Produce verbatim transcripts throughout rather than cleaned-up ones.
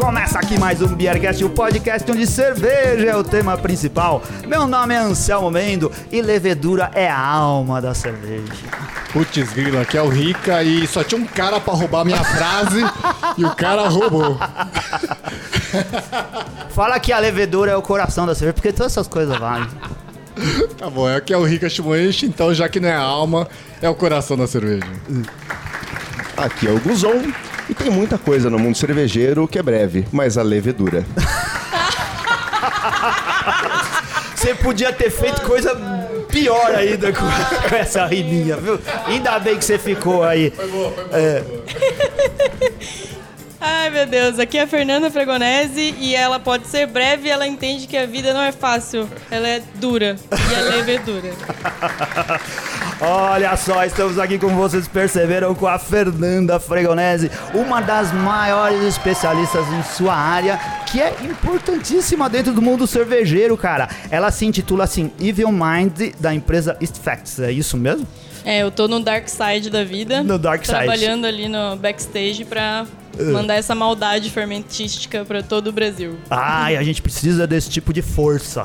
Começa aqui mais um Beercast, o podcast onde cerveja é o tema principal. Meu nome é Anselmo Mendo e levedura é a alma da cerveja. Putz, grilo, aqui é o Rica e só tinha um cara pra roubar a minha frase e o cara roubou. Fala que a levedura é o coração da cerveja, porque todas essas coisas valem. Tá bom, aqui é o Rica Shimoishi, então já que não é a alma, é o coração da cerveja. Aqui é o Guzon e tem muita coisa no mundo cervejeiro que é breve, mas a levedura. Você podia ter feito coisa pior ainda com essa riminha, viu? Ainda bem que você ficou aí. Foi boa, foi boa. É. Ai, meu Deus, aqui é a Fernanda Fregonese e ela pode ser breve e ela entende que a vida não é fácil, ela é dura e a levedura. Olha só, estamos aqui, como vocês perceberam, com a Fernanda Fregonese, uma das maiores especialistas em sua área, que é importantíssima dentro do mundo cervejeiro, cara. Ela se intitula assim, Evil Mind, da empresa East Facts, é isso mesmo? É, eu tô no dark side da vida. No dark side. Trabalhando ali no backstage pra mandar essa maldade fermentística pra todo o Brasil. Ai, a gente precisa desse tipo de força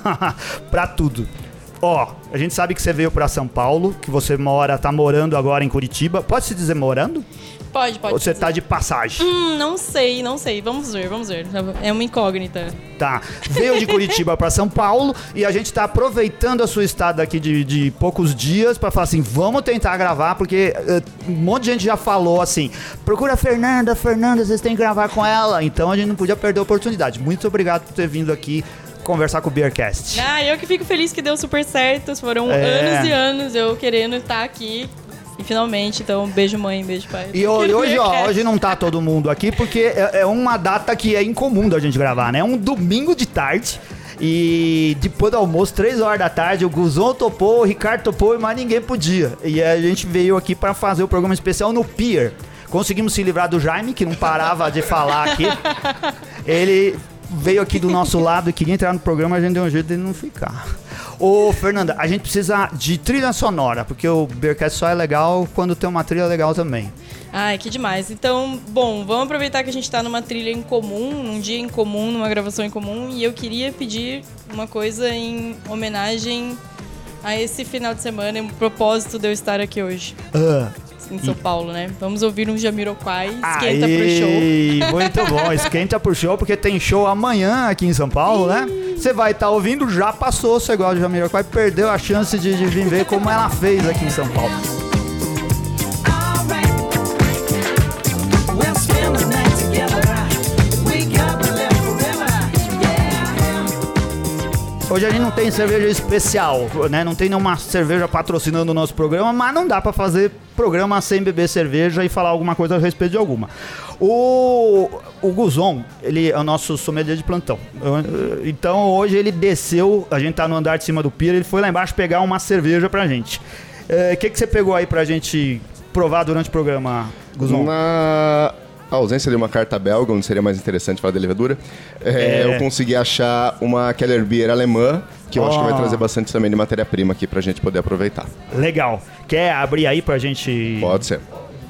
pra tudo. Ó, a gente sabe que você veio pra São Paulo, que você mora, tá morando agora em Curitiba. Pode se dizer morando? Pode, pode. Ou você dizer. tá de passagem? Hum, não sei, não sei. Vamos ver, vamos ver. É uma incógnita. Tá, veio de Curitiba pra São Paulo e a gente tá aproveitando a sua estada aqui de, de poucos dias pra falar assim, vamos tentar gravar, porque uh, um monte de gente já falou assim, procura a Fernanda, Fernanda, vocês têm que gravar com ela. Então a gente não podia perder a oportunidade. Muito obrigado por ter vindo aqui conversar com o Beercast. Ah, eu que fico feliz que deu super certo. Foram É. anos e anos eu querendo estar aqui. E finalmente, então, beijo mãe, beijo pai. E hoje, hoje, ó, hoje não tá todo mundo aqui porque é, é uma data que é incomum da gente gravar, né? É um domingo de tarde e depois do almoço, três horas da tarde, o Guzon topou, o Ricardo topou e mais ninguém podia. E a gente veio aqui pra fazer o programa especial no Pier. Conseguimos se livrar do Jaime, que não parava de falar aqui. Ele veio aqui do nosso lado e queria entrar no programa, a gente deu um jeito de ele não ficar. Ô, Fernanda, a gente precisa de trilha sonora, porque o Beercast só é legal quando tem uma trilha legal também. Ai, que demais. Então, bom, vamos aproveitar que a gente tá numa trilha em comum, num dia em comum, numa gravação em comum, e eu queria pedir uma coisa em homenagem a esse final de semana, o propósito de eu estar aqui hoje. Ah. Em São Paulo, né? Vamos ouvir um Jamiroquai, esquenta Aê, pro show. Muito bom, esquenta pro show, porque tem show amanhã aqui em São Paulo, né? Você vai estar tá ouvindo, já passou, você gosta de Jamiroquai, perdeu a chance de, de vir ver como ela fez aqui em São Paulo. Hoje a gente não tem cerveja especial, né? Não tem nenhuma cerveja patrocinando o nosso programa, mas não dá pra fazer programa sem beber cerveja e falar alguma coisa a respeito de alguma. O, o Guzon, ele é o nosso sommelier de plantão. Então hoje ele desceu, a gente tá no andar de cima do pier, ele foi lá embaixo pegar uma cerveja pra gente. O é, que, que você pegou aí pra gente provar durante o programa, Guzon? Na ausência de uma carta belga, onde seria mais interessante falar de levedura, é, É. eu consegui achar uma Keller Beer alemã, que eu Oh. acho que vai trazer bastante também de matéria-prima aqui pra gente poder aproveitar. Legal. Quer abrir aí pra gente? Pode ser.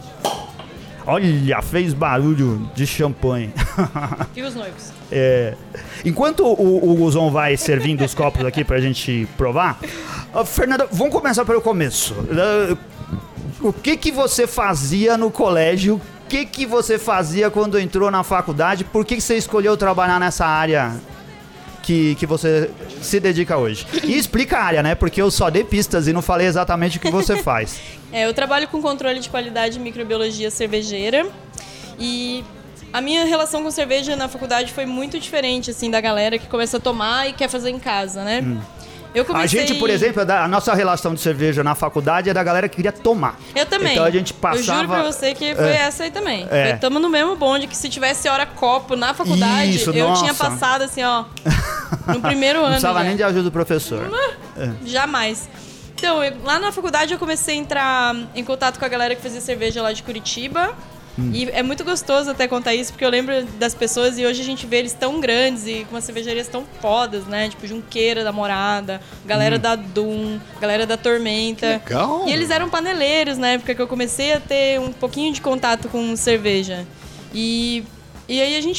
Olha, fez barulho de champanhe. E os noivos? É, enquanto o, o Guzon vai servindo os copos aqui pra gente provar, uh, Fernanda, vamos começar pelo começo. Uh, o que que você fazia no colégio? O que que você fazia quando entrou na faculdade? Por que que você escolheu trabalhar nessa área que, que você se dedica hoje? E explica a área, né? Porque eu só dei pistas e não falei exatamente o que você faz. É, eu trabalho com controle de qualidade e microbiologia cervejeira e a minha relação com cerveja na faculdade foi muito diferente, assim, da galera que começa a tomar e quer fazer em casa, né? Hum. Eu comecei... A gente, por exemplo, a nossa relação de cerveja na faculdade é da galera que queria tomar. Eu também. Então a gente passava... Eu juro pra você que foi é. essa aí também. É. Estamos no mesmo bonde que se tivesse hora copo na faculdade, Isso, eu nossa. tinha passado assim, ó, no primeiro ano. Não precisava já. nem de ajuda do professor. É. Jamais. Então, eu, lá na faculdade eu comecei a entrar em contato com a galera que fazia cerveja lá de Curitiba. Hum. E é muito gostoso até contar isso, porque eu lembro das pessoas e hoje a gente vê eles tão grandes e com umas cervejarias tão fodas, né? Tipo, Junqueira da Morada, galera hum. da Doom, galera da Tormenta. Que legal! E eles eram paneleiros na época que eu comecei a ter um pouquinho de contato com cerveja. E, e aí a gente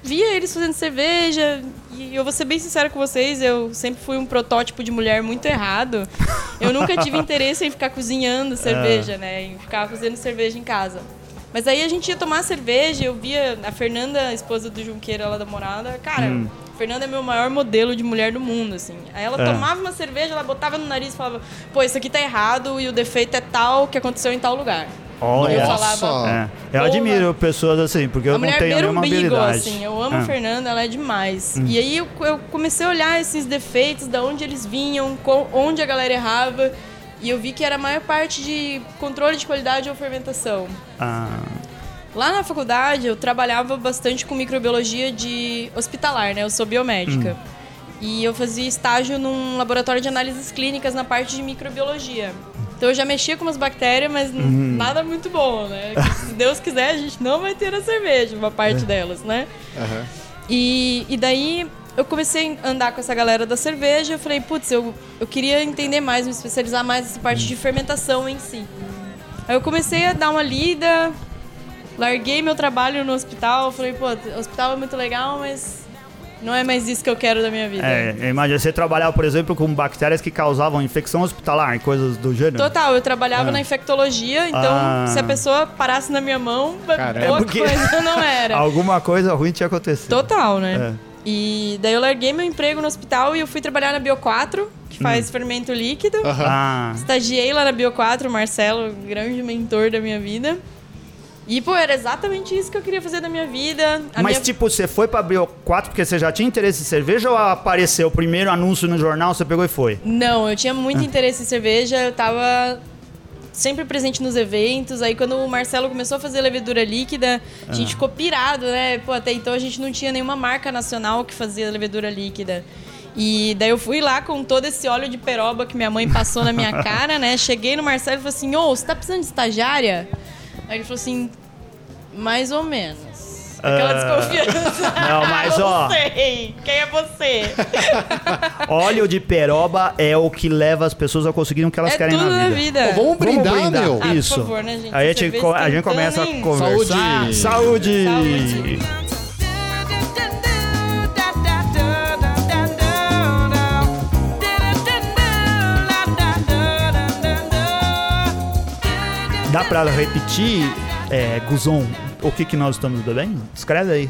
via eles fazendo cerveja e eu vou ser bem sincera com vocês, eu sempre fui um protótipo de mulher muito errado. Eu nunca tive interesse em ficar cozinhando cerveja, é. né? Em ficar fazendo cerveja em casa. Mas aí a gente ia tomar cerveja, eu via a Fernanda, a esposa do Junqueira lá da morada, cara, hum. a Fernanda é meu maior modelo de mulher do mundo, assim. Aí ela é. tomava uma cerveja, ela botava no nariz e falava, pô, isso aqui tá errado e o defeito é tal que aconteceu em tal lugar. Olha, eu falava, é. Eu admiro pessoas assim, porque eu não tenho nenhuma habilidade. Assim, eu amo é. a Fernanda, ela é demais. Hum. E aí eu, eu comecei a olhar esses defeitos, de onde eles vinham, onde a galera errava. E eu vi que era a maior parte de controle de qualidade ou fermentação. Ah. Lá na faculdade, eu trabalhava bastante com microbiologia de hospitalar, né? Eu sou biomédica. Hum. E eu fazia estágio num laboratório de análises clínicas na parte de microbiologia. Então eu já mexia com umas bactérias, mas hum. nada muito bom, né? Se Deus quiser, a gente não vai ter na cerveja, uma parte é. delas, né? Uhum. E, e daí... eu comecei a andar com essa galera da cerveja, eu falei, putz, eu, eu queria entender mais, me especializar mais nessa parte de fermentação em si. Aí eu comecei a dar uma lida, larguei meu trabalho no hospital, falei, pô, o hospital é muito legal, mas não é mais isso que eu quero da minha vida. É, imagina, você trabalhava, por exemplo, com bactérias que causavam infecção hospitalar, coisas do gênero? Total, eu trabalhava ah. na infectologia, então ah. se a pessoa parasse na minha mão, Caramba, outra porque coisa não era. Alguma coisa ruim tinha acontecido. Total, né? É. E daí eu larguei meu emprego no hospital e eu fui trabalhar na Bio quatro, que faz hum. fermento líquido. Uhum. Ah. Estagiei lá na Bio quatro, o Marcelo, grande mentor da minha vida. E, pô, era exatamente isso que eu queria fazer da minha vida. A Mas, minha... tipo, você foi pra Bio quatro porque você já tinha interesse em cerveja ou apareceu o primeiro anúncio no jornal, você pegou e foi? Não, eu tinha muito ah. interesse em cerveja, eu tava... sempre presente nos eventos. Aí quando o Marcelo começou a fazer levedura líquida, a gente ah. ficou pirado, né? Pô, até então a gente não tinha nenhuma marca nacional que fazia levedura líquida. E daí eu fui lá com todo esse óleo de peroba que minha mãe passou na minha cara, né? Cheguei no Marcelo e falei assim, ô, oh, você tá precisando de estagiária? Aí ele falou assim, mais ou menos. Aquela uh... desconfiança. Não, mas não ó... sei. Quem é você? Óleo de peroba é o que leva as pessoas a conseguirem o que elas é querem tudo na vida. Na vida. Pô, vamos brindar, vamos brindar. meu. Ah, isso. por favor, né, gente? Aí a gente, co- a gente começa a conversar. Saúde! Saúde! Saúde! Dá pra repetir, é, Guzon, o que, que nós estamos bebendo? Escreve aí.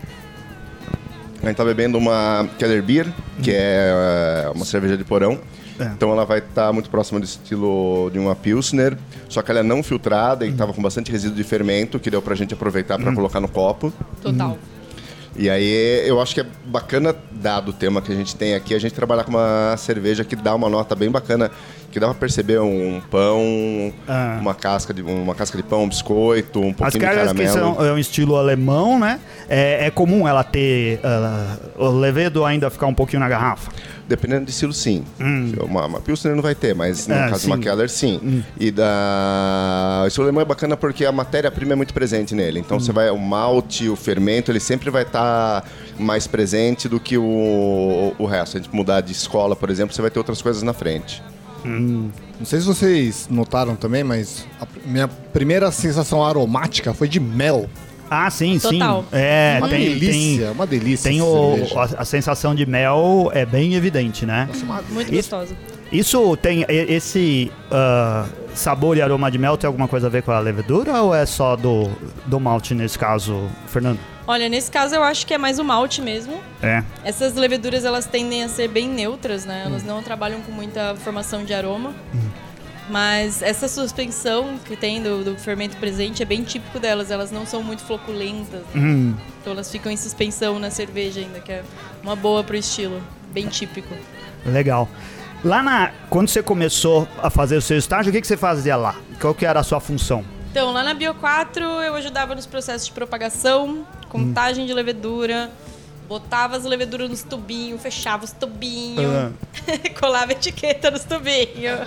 A gente tá bebendo uma Keller Beer, que é uma cerveja de porão. É. Então ela vai estar tá muito próxima do estilo de uma Pilsner, só que ela é não filtrada e estava com bastante resíduo de fermento, que deu pra gente aproveitar para hum. colocar no copo. Total. Hum. E aí eu acho que é bacana, dado o tema que a gente tem aqui, a gente trabalhar com uma cerveja que dá uma nota bem bacana, que dá pra perceber um pão, ah. uma, casca de, uma casca de pão, um biscoito, um pouquinho de caramelo. As cargas que são, é um estilo alemão, né? É, é comum ela ter, uh, o levedo ainda ficar um pouquinho na garrafa? Dependendo do estilo, sim. Hum. Uma, uma Pilsner não vai ter, mas no é, caso sim. de uma Keller, sim. Hum. E da... o estilo alemão é bacana porque a matéria-prima é muito presente nele. Então, hum. você vai... o malte, o fermento, ele sempre vai estar tá mais presente do que o, o resto. Se a gente mudar de escola, por exemplo, você vai ter outras coisas na frente. Hum. Não sei se vocês notaram também, mas a minha primeira sensação aromática foi de mel. Ah, sim, Total. sim. É, uma tem, delícia, tem, uma delícia. Tem o, a, a sensação de mel é bem evidente, né? Nossa, muito isso, gostoso. Isso tem, esse uh, sabor e aroma de mel tem alguma coisa a ver com a levedura ou é só do, do malte nesse caso, Fernando? Olha, nesse caso eu acho que é mais o malte mesmo. É. Essas leveduras, elas tendem a ser bem neutras, né? Elas hum. não trabalham com muita formação de aroma. Hum. Mas essa suspensão que tem do, do fermento presente é bem típico delas. Elas não são muito floculentas. Hum. Então elas ficam em suspensão na cerveja ainda, que é uma boa pro estilo. Bem típico. Legal. Lá na... Quando você começou a fazer o seu estágio, o que, que você fazia lá? Qual que era a sua função? Então, lá na Bio quatro eu ajudava nos processos de propagação, contagem hum. de levedura... Botava as leveduras nos tubinhos, fechava os tubinhos, uhum. colava etiqueta nos tubinhos.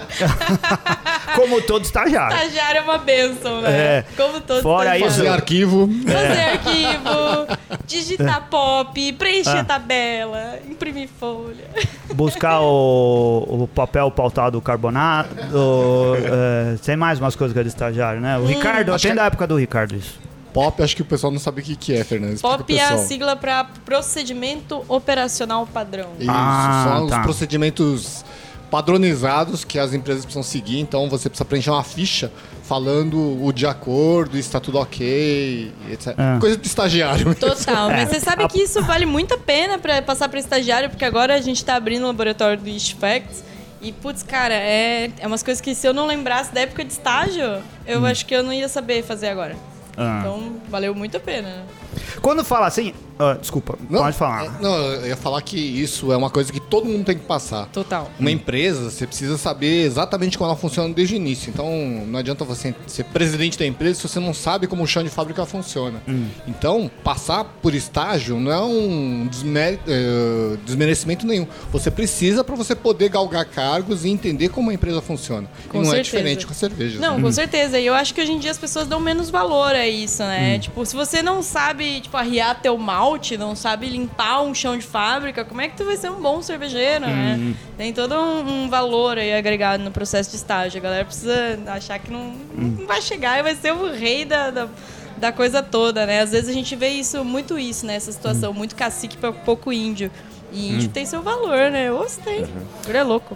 Como todo estagiário. Estagiário é uma bênção, né? É. Como todo Fora estagiário. isso, fazer arquivo. Fazer é. arquivo, digitar é. pop, preencher ah. tabela, imprimir folha. Buscar o, o papel pautado carbonato, o, é, tem mais umas coisas que é de estagiário, né? O hum, Ricardo, até que... da época do Ricardo isso. P O P, acho que o pessoal não sabe o que, que é, Fernando. P O P é a sigla para Procedimento Operacional Padrão. Isso, Ah, são tá. os procedimentos padronizados que as empresas precisam seguir. Então, você precisa preencher uma ficha falando o de acordo, está tudo ok, etcétera. É. Coisa de estagiário. Total, mas você sabe que isso vale muito a pena para passar para estagiário, porque agora a gente tá abrindo o laboratório do Yeast Facts e, putz, cara, é, é umas coisas que se eu não lembrasse da época de estágio, eu hum. acho que eu não ia saber fazer agora. Ah. Então, valeu muito a pena. Quando fala assim... Uh, desculpa, não, pode falar. É, não, eu ia falar que isso é uma coisa que todo mundo tem que passar. Total. Uma hum. empresa, você precisa saber exatamente como ela funciona desde o início. Então, não adianta você ser presidente da empresa se você não sabe como o chão de fábrica funciona. Hum. Então, passar por estágio não é um desmer uh, desmerecimento nenhum. Você precisa para você poder galgar cargos e entender como a empresa funciona. Com e não certeza. é diferente com a cerveja. Não, né? com certeza. E eu acho que hoje em dia as pessoas dão menos valor a isso, né? Hum. Tipo, se você não sabe, tipo, arriar teu malte, não sabe limpar um chão de fábrica, como é que tu vai ser um bom cervejeiro, hum. né? Tem todo um, um valor aí agregado no processo de estágio. A galera precisa achar que não, hum. não vai chegar e vai ser o rei da, da, da coisa toda, né? Às vezes a gente vê isso, muito isso, né? Essa situação, hum. muito cacique pra pouco índio. E índio hum. tem seu valor, né? Ou você tem. Uhum. É louco.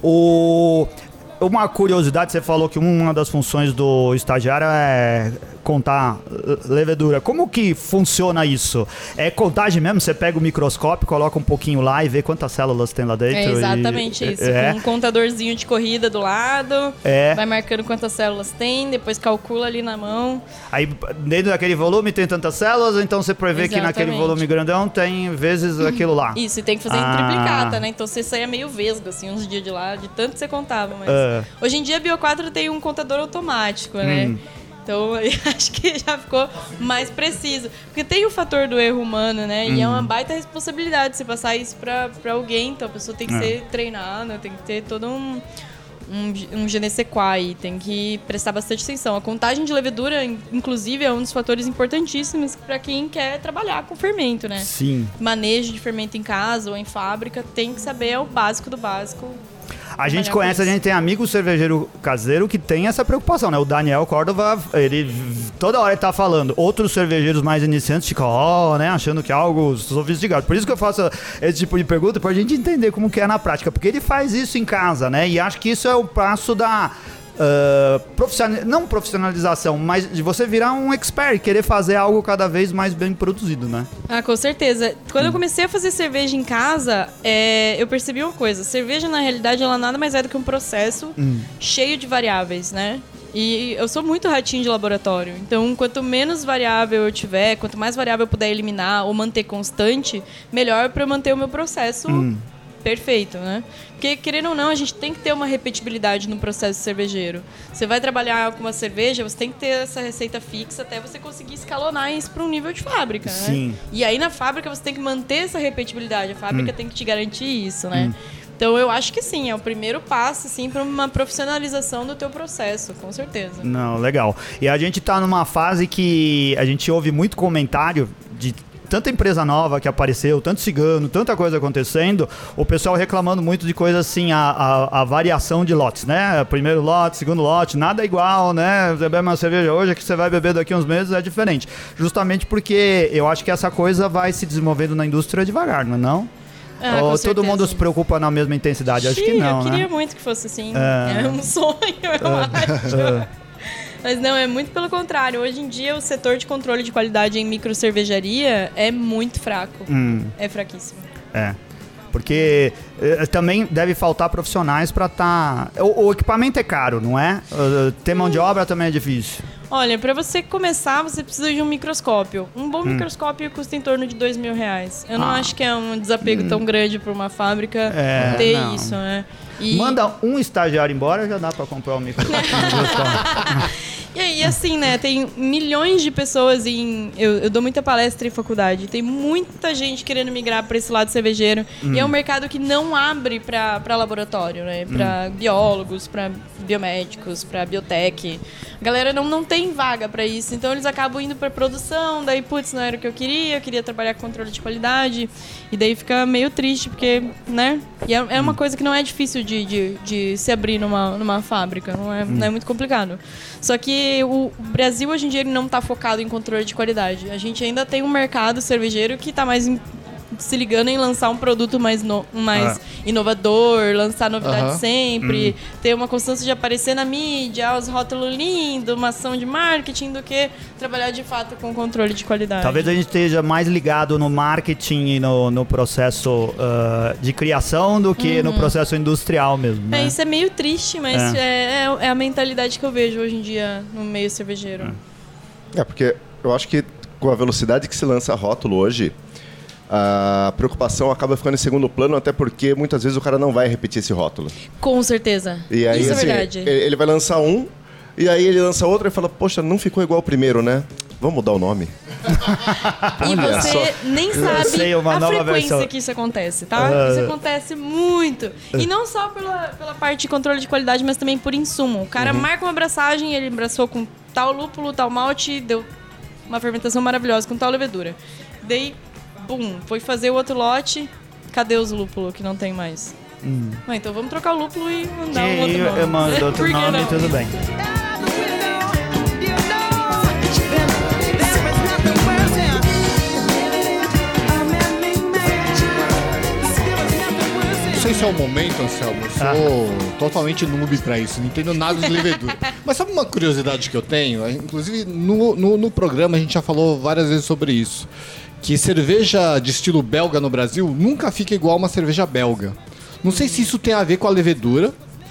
O... Uma curiosidade, você falou que uma das funções do estagiário é contar levedura. Como que funciona isso? É contagem mesmo? Você pega o microscópio, coloca um pouquinho lá e vê quantas células tem lá dentro? É exatamente e... isso. É. Com um contadorzinho de corrida do lado, é. vai marcando quantas células tem, depois calcula ali na mão. Aí dentro daquele volume tem tantas células, então você prevê exatamente. Que naquele volume grandão tem vezes aquilo lá. Isso, e tem que fazer ah. em triplicata, né? Então você saia meio vesgo, assim, uns dias de lá, de tanto que você contava. Mas é. hoje em dia a Bio quatro tem um contador automático, né? Hum. Então, eu acho que já ficou mais preciso. Porque tem o fator do erro humano, né? Hum. E é uma baita responsabilidade você passar isso pra, pra alguém. Então, a pessoa tem que é. ser treinada, tem que ter todo um, um, um je ne sais quoi aí. Tem que prestar bastante atenção. A contagem de levedura, inclusive, é um dos fatores importantíssimos pra quem quer trabalhar com fermento, né? Sim. Manejo de fermento em casa ou em fábrica, tem que saber, é o básico do básico. A gente conhece, a gente tem amigo cervejeiro caseiro que tem essa preocupação, né? O Daniel Córdova, ele toda hora ele tá falando. Outros cervejeiros mais iniciantes ficam, ó, oh, né? Achando que é algo sofisticado. Por isso que eu faço esse tipo de pergunta, pra gente entender como que é na prática. Porque ele faz isso em casa, né? E acho que isso é o passo da... Uh, profissional, não profissionalização, mas de você virar um expert, querer fazer algo cada vez mais bem produzido, né? Ah, com certeza. Quando hum. eu comecei a fazer cerveja em casa, é, eu percebi uma coisa. Cerveja, na realidade, ela nada mais é do que um processo hum. cheio de variáveis, né? E eu sou muito ratinho de laboratório. Então, quanto menos variável eu tiver, quanto mais variável eu puder eliminar ou manter constante, melhor para eu manter o meu processo hum. perfeito, né? Porque, querendo ou não, a gente tem que ter uma repetibilidade no processo cervejeiro. Você vai trabalhar com uma cerveja, você tem que ter essa receita fixa até você conseguir escalonar isso para um nível de fábrica, né? Sim. E aí, na fábrica, você tem que manter essa repetibilidade. A fábrica hum. tem que te garantir isso, né? Hum. Então, eu acho que sim, é o primeiro passo, assim, para uma profissionalização do teu processo, com certeza. Não, legal. E a gente tá numa fase que a gente ouve muito comentário de... tanta empresa nova que apareceu, tanto cigano, tanta coisa acontecendo, o pessoal reclamando muito de coisas assim, a, a, a variação de lotes, né? Primeiro lote, segundo lote, nada igual, né? Você bebe uma cerveja hoje, que você vai beber daqui uns meses, é diferente. Justamente porque eu acho que essa coisa vai se desenvolvendo na indústria devagar, não é não? Ah, Ou todo mundo se preocupa na mesma intensidade? Acho Sim, que não, eu queria né? muito que fosse assim. É, é um sonho, eu é, acho. É. Mas não, é muito pelo contrário. Hoje em dia, o setor de controle de qualidade em microcervejaria é muito fraco. Hum. É fraquíssimo. É. Porque eh, também deve faltar profissionais para estar... Tá... O, o equipamento é caro, não é? Uh, ter mão de obra também é difícil. Olha, para você começar, você precisa de um microscópio. Um bom hum. microscópio custa em torno de dois mil reais. Eu não ah. acho que é um desapego hum. tão grande para uma fábrica é, ter não. isso, né? E... Manda um estagiário embora, já dá para comprar um microscópio. E aí, assim, né, tem milhões de pessoas em... Eu, eu dou muita palestra em faculdade. Tem muita gente querendo migrar para esse lado cervejeiro. Hum. E é um mercado que não abre para laboratório, né? Para hum. biólogos, para biomédicos, para biotech. A galera não, não tem vaga para isso. Então, eles acabam indo para produção. Daí, putz, não era o que eu queria. Eu queria trabalhar com controle de qualidade. E daí fica meio triste, porque, né? E é, é uma coisa que não é difícil de, de, de se abrir numa, numa fábrica. Não é, hum. não é muito complicado. Só que o, Brasil hoje em dia ele não está focado em controle de qualidade. A gente ainda tem um mercado cervejeiro que está mais em, se ligando em lançar um produto mais, no, mais ah. inovador, lançar novidade uh-huh. sempre, hum. ter uma constância de aparecer na mídia, os rótulos lindos, uma ação de marketing, do que trabalhar de fato com controle de qualidade. Talvez a gente esteja mais ligado no marketing e no, no processo uh, de criação do que uhum. no processo industrial mesmo. Né? É, isso é meio triste, mas é. É, é a mentalidade que eu vejo hoje em dia no meio cervejeiro. É, é porque eu acho que com a velocidade que se lança rótulo hoje, a preocupação acaba ficando em segundo plano, até porque muitas vezes o cara não vai repetir esse rótulo. Com certeza. E aí, Isso assim, é verdade. Ele vai lançar um, e aí ele lança outro e fala, poxa, não ficou igual o primeiro, né? Vamos mudar o nome. E você só. nem sabe sei, uma a nova frequência versão. que isso acontece, tá? Uh... Isso acontece muito. E não só pela, pela parte de controle de qualidade, mas também por insumo. O cara uhum. marca uma abraçagem, ele abraçou com tal lúpulo, tal malte, deu uma fermentação maravilhosa com tal levedura. Daí... Bum, foi fazer o outro lote, cadê os lúpulos que não tem mais? Hum. Ah, então vamos trocar o lúpulo e mandar um outro nome. Eu mando outro nome e tudo bem. Não sei se é o momento, Anselmo, eu sou ah. totalmente noob pra isso, não entendo nada de levedura. Mas sabe uma curiosidade que eu tenho? Inclusive no, no, no programa a gente já falou várias vezes sobre isso. Que cerveja de estilo belga no Brasil nunca fica igual uma cerveja belga. Não sei se isso tem a ver com a levedura.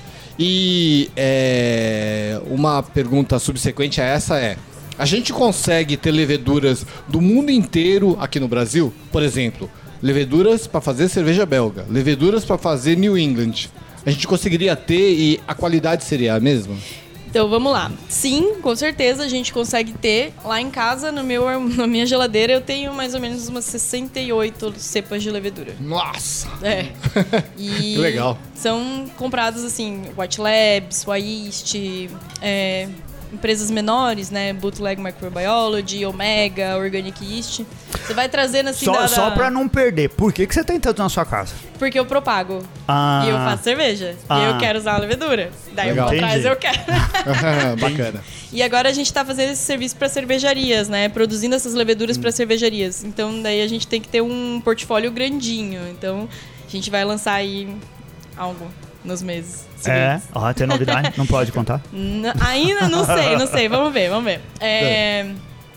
E é, uma pergunta subsequente a essa é: a gente consegue ter leveduras do mundo inteiro aqui no Brasil? Por exemplo, leveduras para fazer cerveja belga, leveduras para fazer New England. A gente conseguiria ter e a qualidade seria a mesma? Então, vamos lá. Sim, com certeza a gente consegue ter. Lá em casa, no meu, na minha geladeira, eu tenho mais ou menos umas sessenta e oito cepas de levedura. Nossa! É. E que legal. São compradas, assim, White Labs, Wyeast, é, empresas menores, né? Bootleg Microbiology, Omega, Organic Yeast. Você vai trazendo assim... Só, da, só da... pra não perder. Por que, que você tem tanto na sua casa? Porque eu propago. Ah. E eu faço cerveja. Ah. E eu quero usar a levedura. Daí legal. eu vou atrás, eu quero. Bacana. E agora a gente tá fazendo esse serviço para cervejarias, né? Produzindo essas leveduras hum. para cervejarias. Então, daí a gente tem que ter um portfólio grandinho. Então, a gente vai lançar aí algo nos meses seguintes. É? Ó, tem novidade? Não pode contar? N- ainda não sei, não sei. Vamos ver, vamos ver. É... é.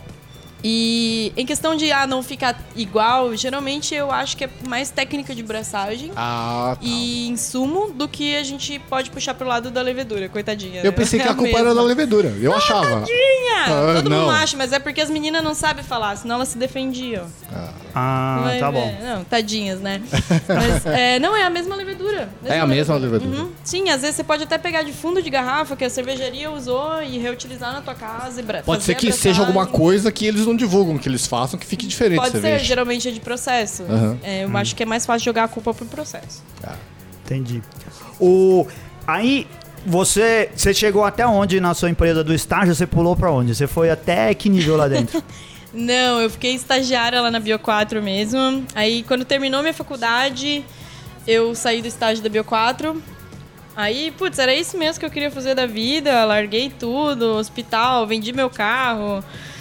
E em questão de ah, não ficar igual, geralmente eu acho que é mais técnica de braçagem ah, tá. e insumo do que a gente pode puxar pro lado da levedura, coitadinha. Eu pensei é que a, a culpa era da levedura, eu ah, achava. Tadinha! Ah, Todo não. mundo acha, mas é porque as meninas não sabem falar, senão elas se defendiam. Ah, ah tá bom. Não, tadinhas, né? Mas é, não, é a mesma levedura. Mesma é a mesma levedura. levedura. Uhum. Sim, às vezes você pode até pegar de fundo de garrafa que a cervejaria usou e reutilizar na tua casa. E bra- pode ser que seja alguma coisa que eles não divulgam, que eles façam, que fique diferente. Pode cerveja. ser, geralmente é de processo. Uhum. É, eu uhum. acho que é mais fácil jogar a culpa pro processo. Ah. Entendi. O, aí, você, você chegou até onde na sua empresa do estágio? Você pulou pra onde? Você foi até que nível lá dentro? Não, eu fiquei estagiária lá na Bio quatro mesmo. Aí, quando terminou minha faculdade, eu saí do estágio da Bio quatro. Aí, putz, era isso mesmo que eu queria fazer da vida. Larguei tudo, hospital, vendi meu carro.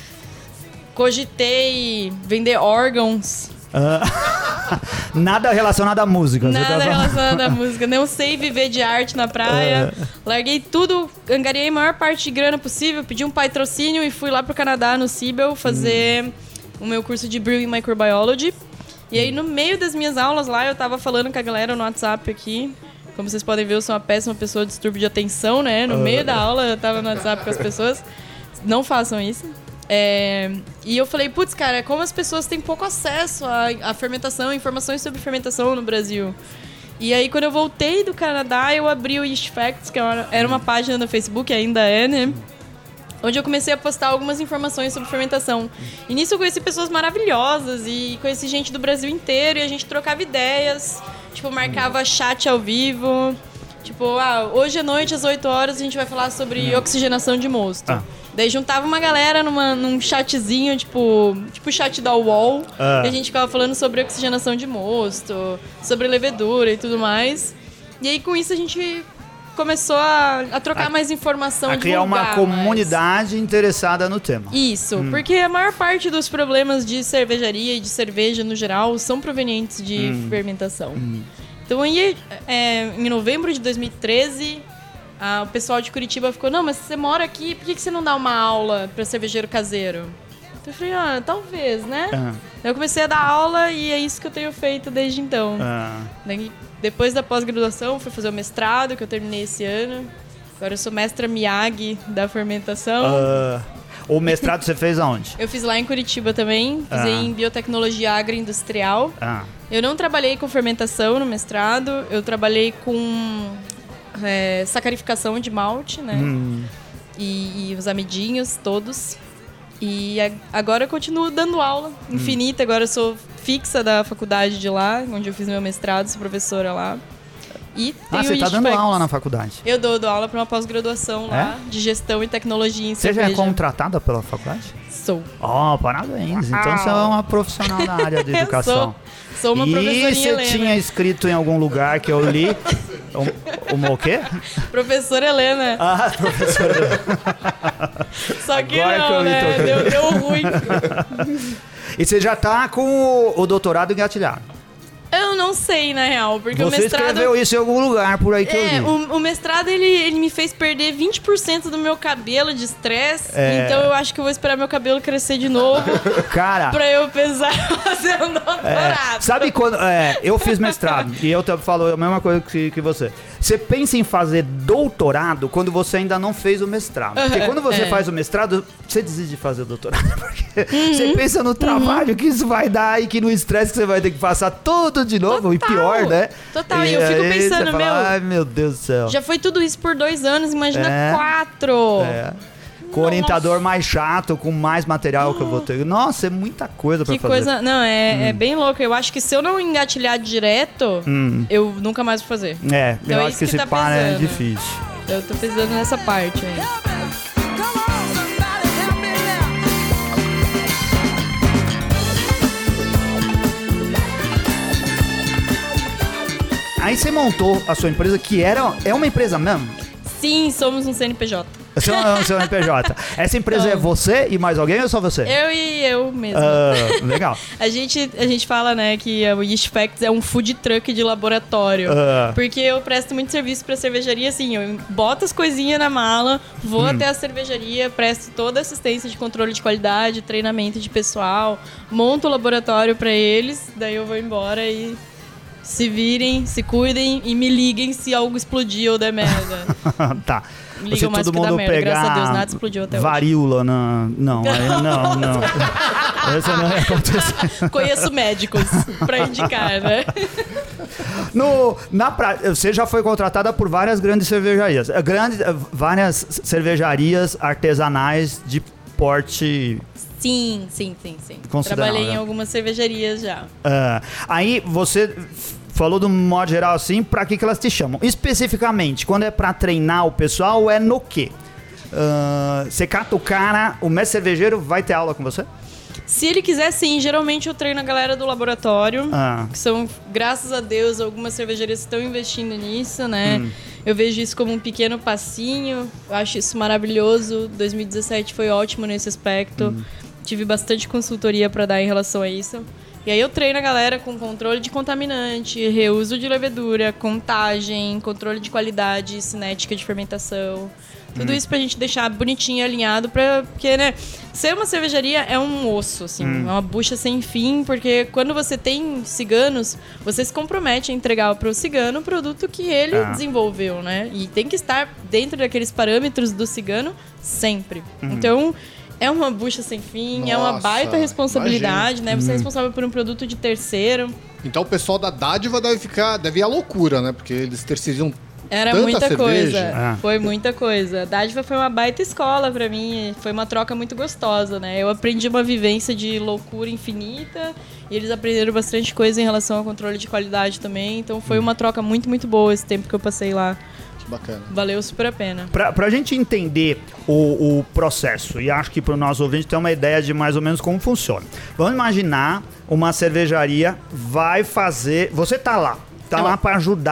Cogitei vender órgãos. Uh, nada relacionado à música. Nada tá relacionado à música. Não sei viver de arte na praia. Uh. Larguei tudo, angariei a maior parte de grana possível, pedi um patrocínio e fui lá pro Canadá, no Cibel, fazer hum. o meu curso de Brewing Microbiology. E aí, no meio das minhas aulas lá, eu tava falando com a galera no WhatsApp aqui. Como vocês podem ver, eu sou uma péssima pessoa de distúrbio de atenção, né? No uh. meio da aula, eu tava no WhatsApp com as pessoas. Não façam isso. É, e eu falei, putz, cara, como as pessoas têm pouco acesso à, à fermentação, informações sobre fermentação no Brasil. E aí, quando eu voltei do Canadá, eu abri o Yeast Facts, que era uma página no Facebook, ainda é, né? Onde eu comecei a postar algumas informações sobre fermentação. E nisso eu conheci pessoas maravilhosas e conheci gente do Brasil inteiro e a gente trocava ideias, tipo, marcava chat ao vivo. Tipo, ah, hoje à noite, às oito horas, a gente vai falar sobre oxigenação de mosto. Ah. Daí juntava uma galera numa, num chatzinho, tipo, tipo chat da U O L, ah. e a gente ficava falando sobre oxigenação de mosto, sobre levedura e tudo mais. E aí, com isso, a gente começou a, a trocar A- mais informação, A criar uma divulgar comunidade mais. interessada no tema. Isso, Hum. porque a maior parte dos problemas de cervejaria e de cerveja no geral são provenientes de Hum. fermentação. Então, aí, é, em novembro de dois mil e treze, ah, o pessoal de Curitiba ficou, não, mas você mora aqui, por que, que você não dá uma aula para cervejeiro caseiro? Então, eu falei, ah, talvez, né? Ah. Daí eu comecei a dar aula e é isso que eu tenho feito desde então. Ah. Daí, depois da pós-graduação, fui fazer o mestrado, que eu terminei esse ano. Agora eu sou mestra Miyagi da fermentação. Ah, o mestrado você fez aonde? Eu fiz lá em Curitiba também, fiz Ah. em biotecnologia agroindustrial. Ah. Eu não trabalhei com fermentação no mestrado, eu trabalhei com é, sacarificação de malte, né? Hum. E, e os amidinhos todos. E a- agora eu continuo dando aula infinita, agora eu sou fixa da faculdade de lá, onde eu fiz meu mestrado, sou professora lá. E Ah, tenho você tá Yeast dando Facts. aula na faculdade. Eu dou, dou aula para uma pós-graduação lá, de gestão e tecnologia em Você já é cerveja. contratada pela faculdade? Sou. Oh, parabéns. Então você é uma profissional da área de Eu educação. sou. Sou uma E professorinha você Helena. tinha escrito em algum lugar que eu li... Um, uma o quê? Professora Helena. Ah, professora. Só que agora não, que eu me né? toquei. Deu, deu ruim. E você já tá com o, o doutorado engatilhado. Eu não sei, na real, porque Você o mestrado... escreveu isso em algum lugar por aí que É, eu li. o, o mestrado, ele, ele me fez perder vinte por cento do meu cabelo de estresse. É. Então eu acho que eu vou esperar meu cabelo crescer de novo Cara, pra eu pensar em fazer um é, doutorado. sabe quando... É, eu fiz mestrado e eu te- falo a mesma coisa que, que você. Você pensa em fazer doutorado quando você ainda não fez o mestrado. Porque Uhum, quando você é. faz o mestrado, você desiste de fazer o doutorado. Porque Uhum. você pensa no trabalho que isso vai dar e que no estresse que você vai ter que passar tudo de novo. E Total. pior, né? Total, e eu fico aí pensando, você fala, meu, ai meu Deus do céu. Já foi tudo isso por dois anos, imagina É. quatro. É. Com o orientador mais chato, com mais material que eu vou ter. Nossa, é muita coisa pra Que fazer. coisa. Não, é, Hum. é bem louco. Eu acho que se eu não engatilhar direto, eu nunca mais vou fazer. É, Então eu é acho isso que que esse tá par é pesando. difícil. Eu tô pensando nessa parte aí. Aí você montou a sua empresa, que era, é uma empresa mesmo? Sim, somos um C N P J. Você é um C N P J. Essa empresa é Então. você e mais alguém ou só você? Eu e eu mesmo. Ah, legal. A gente, a gente fala, né, que o Yeast Facts é um food truck de laboratório. Ah. Porque eu presto muito serviço pra cervejaria, assim, eu boto as coisinhas na mala, vou Hum. até a cervejaria, presto toda a assistência de controle de qualidade, treinamento de pessoal, monto o laboratório pra eles, daí eu vou embora e se virem, se cuidem e me liguem se algo explodir ou der merda. Tá. Ligam Se mais todo que dá mundo merda, pegar graças a Deus, nada explodiu até hoje. varíola na... Não, aí não, não. Isso não ia acontecer. Conheço médicos pra indicar, né? No, na pra... Você já foi contratada por várias grandes cervejarias. Eh, Grandes, eh, várias cervejarias artesanais de porte... Sim, sim, sim, sim. Considerável. Trabalhei em algumas cervejarias já. Ah, aí você f- falou do modo geral assim, pra que, que elas te chamam? Especificamente, quando é pra treinar o pessoal, é no quê? Ah, você cata o cara, o mestre cervejeiro vai ter aula com você? Se ele quiser, sim. Geralmente eu treino a galera do laboratório. Ah. Que são, graças a Deus, algumas cervejarias estão investindo nisso, né? Hum. Eu vejo isso como um pequeno passinho. Eu acho isso maravilhoso. dois mil e dezessete foi ótimo nesse aspecto. Hum. Tive bastante consultoria para dar em relação a isso. E aí eu treino a galera com controle de contaminante, reuso de levedura, contagem, controle de qualidade, cinética de fermentação. Tudo isso pra gente deixar bonitinho, alinhado, pra, porque, né, ser uma cervejaria é um osso, assim, é uma bucha sem fim, porque quando você tem ciganos, você se compromete a entregar pro cigano o produto que ele Ah. desenvolveu, né? E tem que estar dentro daqueles parâmetros do cigano sempre. Então, é uma bucha sem fim, é uma Nossa, baita responsabilidade, imagino. né? Você é responsável por um produto de terceiro. Então o pessoal da dádiva deve ficar, deve ir à loucura, né? Porque eles terceirizam Era tanta muita cerveja. coisa. Ah. Foi muita coisa. A Dádiva foi uma baita escola pra mim. Foi uma troca muito gostosa, né? Eu aprendi uma vivência de loucura infinita. E eles aprenderam bastante coisa em relação ao controle de qualidade também. Então foi uma troca muito, muito boa esse tempo que eu passei lá. Que bacana. Valeu super a pena. Pra, pra gente entender o, o processo, e acho que pro nosso ouvinte ter uma ideia de mais ou menos como funciona. Vamos imaginar uma cervejaria vai fazer... Você tá lá, tá Tá lá bom. pra ajudar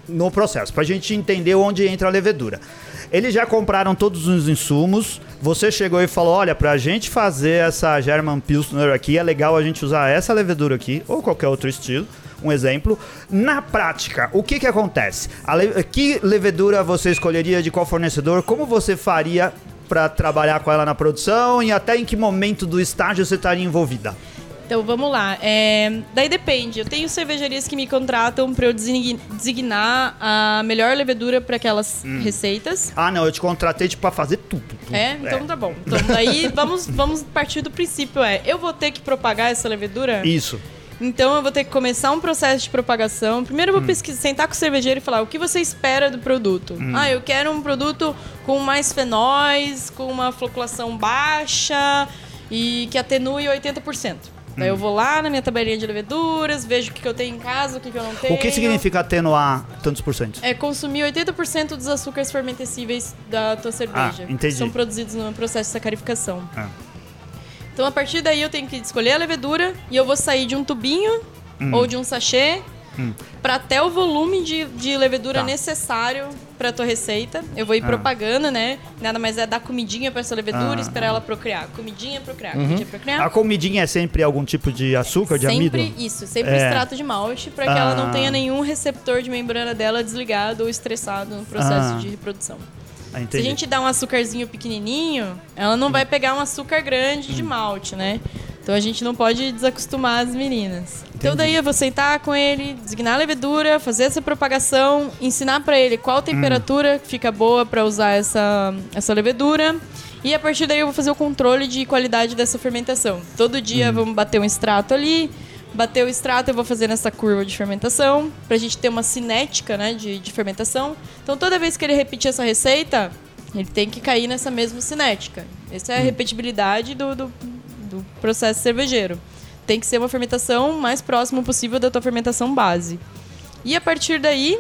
no processo, pra gente entender onde entra a levedura. Eles já compraram todos os insumos, você chegou e falou, olha, pra gente fazer essa German Pilsner aqui, é legal a gente usar essa levedura aqui, ou qualquer outro estilo, um exemplo. Na prática, o que que acontece? A le... Que levedura você escolheria, de qual fornecedor, como você faria para trabalhar com ela na produção e até em que momento do estágio você estaria envolvida? Então, vamos lá. É, daí depende. Eu tenho cervejarias que me contratam para eu designar a melhor levedura para aquelas hum. receitas. Ah, não. Eu te contratei tipo, para fazer tudo, tudo. É? Então é. Tá bom. Então, daí vamos, vamos partir do princípio. É, eu vou ter que propagar essa levedura? Isso. Então, eu vou ter que começar um processo de propagação. Primeiro, eu vou hum. pesquisar, sentar com o cervejeiro e falar o que você espera do produto. Hum. Ah, eu quero um produto com mais fenóis, com uma floculação baixa e que atenue oitenta por cento. Daí eu vou lá na minha tabelinha de leveduras, vejo o que, que eu tenho em casa, o que, que eu não tenho. O que significa atenuar tantos por cento? É consumir oitenta por cento dos açúcares fermentescíveis da tua cerveja. Ah, entendi. Que são produzidos no processo de sacarificação. Ah. Então, a partir daí, eu tenho que escolher a levedura e eu vou sair de um tubinho hum. ou de um sachê hum. para até o volume de, de levedura tá. necessário para a tua receita. Eu vou ir ah. propagando, né? Nada mais é dar comidinha para essa levedura e ah. esperar ela procriar. Comidinha, procriar, uhum. comidinha, procriar. A comidinha é sempre algum tipo de açúcar, de amido? Sempre isso. Sempre é. extrato de malte para que ah. ela não tenha nenhum receptor de membrana dela desligado ou estressado no processo ah. de reprodução. Ah, se a gente dá um açúcarzinho pequenininho, ela não hum. vai pegar um açúcar grande hum. de malte, né? Então a gente não pode desacostumar as meninas. Entendi. Então daí eu vou sentar com ele, designar a levedura, fazer essa propagação, ensinar pra ele qual temperatura hum. fica boa pra usar essa, essa levedura. E a partir daí eu vou fazer o controle de qualidade dessa fermentação. Todo dia hum. vamos bater um extrato ali. Bateu o extrato, eu vou fazer nessa curva de fermentação, pra gente ter uma cinética, né, de, de fermentação. Então, toda vez que ele repetir essa receita, ele tem que cair nessa mesma cinética. Essa é a repetibilidade do, do, do processo cervejeiro. Tem que ser uma fermentação mais próxima possível da tua fermentação base. E a partir daí,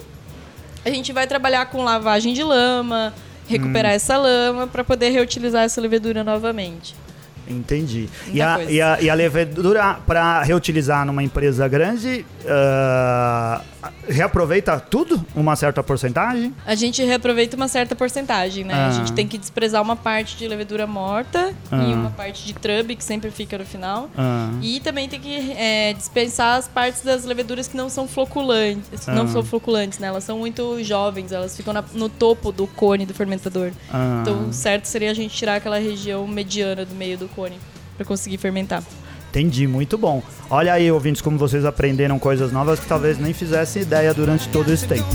a gente vai trabalhar com lavagem de lama, recuperar hum. essa lama, para poder reutilizar essa levedura novamente. Entendi. E a, e, a, e a levedura, para reutilizar numa empresa grande, uh, reaproveita tudo? Uma certa porcentagem? A gente reaproveita uma certa porcentagem, né? Ah. A gente tem que desprezar uma parte de levedura morta ah. e uma parte de trub, que sempre fica no final. Ah. E também tem que é, dispensar as partes das leveduras que não são floculantes. Ah. Não são floculantes, né? Elas são muito jovens, elas ficam na, no topo do cone do fermentador. Ah. Então, o certo seria a gente tirar aquela região mediana do meio do cone para conseguir fermentar. Entendi, muito bom. Olha aí, ouvintes, como vocês aprenderam coisas novas que talvez nem fizessem ideia durante todo esse tempo.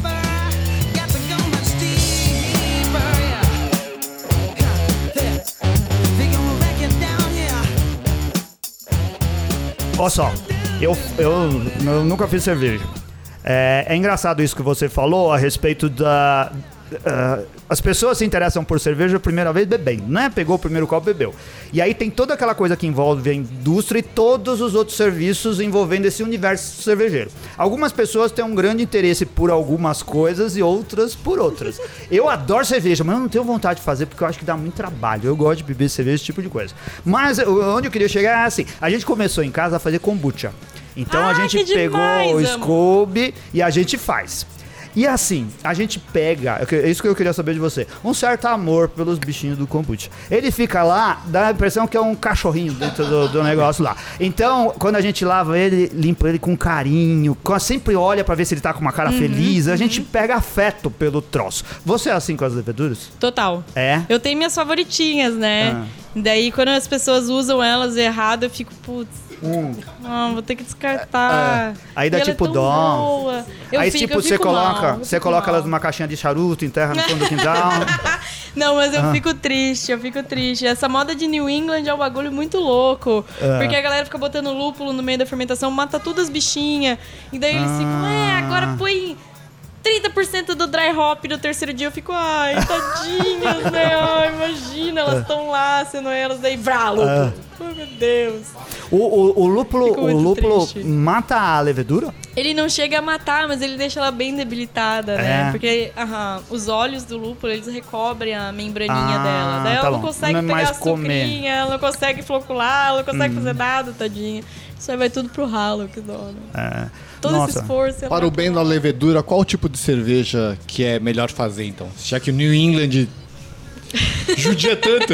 Olha só, eu, eu, eu nunca fiz cerveja. É, é engraçado isso que você falou a respeito da... Uh, as pessoas se interessam por cerveja a primeira vez bebendo, né? Pegou o primeiro copo e bebeu. E aí tem toda aquela coisa que envolve a indústria e todos os outros serviços envolvendo esse universo cervejeiro. Algumas pessoas têm um grande interesse por algumas coisas e outras por outras. Eu adoro cerveja, mas eu não tenho vontade de fazer porque eu acho que dá muito trabalho. Eu gosto de beber cerveja, esse tipo de coisa. Mas onde eu queria chegar é assim, a gente começou em casa a fazer kombucha. Então ah, a gente pegou demais, o Scooby e a gente faz. E assim, a gente pega, é isso que eu queria saber de você, um certo amor pelos bichinhos do kombucha. Ele fica lá, dá a impressão que é um cachorrinho dentro do, do negócio lá. Então, quando a gente lava ele, limpa ele com carinho, sempre olha pra ver se ele tá com uma cara uhum, feliz, a uhum. gente pega afeto pelo troço. Você é assim com as leveduras? Total. É? Eu tenho minhas favoritinhas, né? Ah. Daí, quando as pessoas usam elas errado, eu fico, putz, Hum. Não, vou ter que descartar. É, aí dá e tipo é dó. Aí fico, tipo você coloca, você coloca mal. elas numa caixinha de charuto, enterra no fundo do quintal. Não, mas eu ah. fico triste, eu fico triste. Essa moda de New England é um bagulho muito louco. É. Porque a galera fica botando lúpulo no meio da fermentação, mata todas as bichinhas. E daí eles ah. ficam, é, agora põe trinta por cento do dry hop no terceiro dia. Eu fico, ai, tadinhas, né? Ai, imagina, elas estão lá, sendo elas, daí vrá, lúpulo. Ah. Oh, meu Deus. O, o, o lúpulo, o lúpulo mata a levedura? Ele não chega a matar, mas ele deixa ela bem debilitada, né? É. Porque aham, os olhos do lúpulo, eles recobrem a membraninha ah, dela. Daí tá ela não bom. consegue não pegar a sucrinha, ela não consegue flocular, ela não consegue hum. fazer nada, tadinha. Isso aí vai tudo pro ralo, que dó, né? É. Todo Nossa. esse esforço. Para o bem da levedura, qual tipo de cerveja que é melhor fazer, então? Já que o New England judia tanto.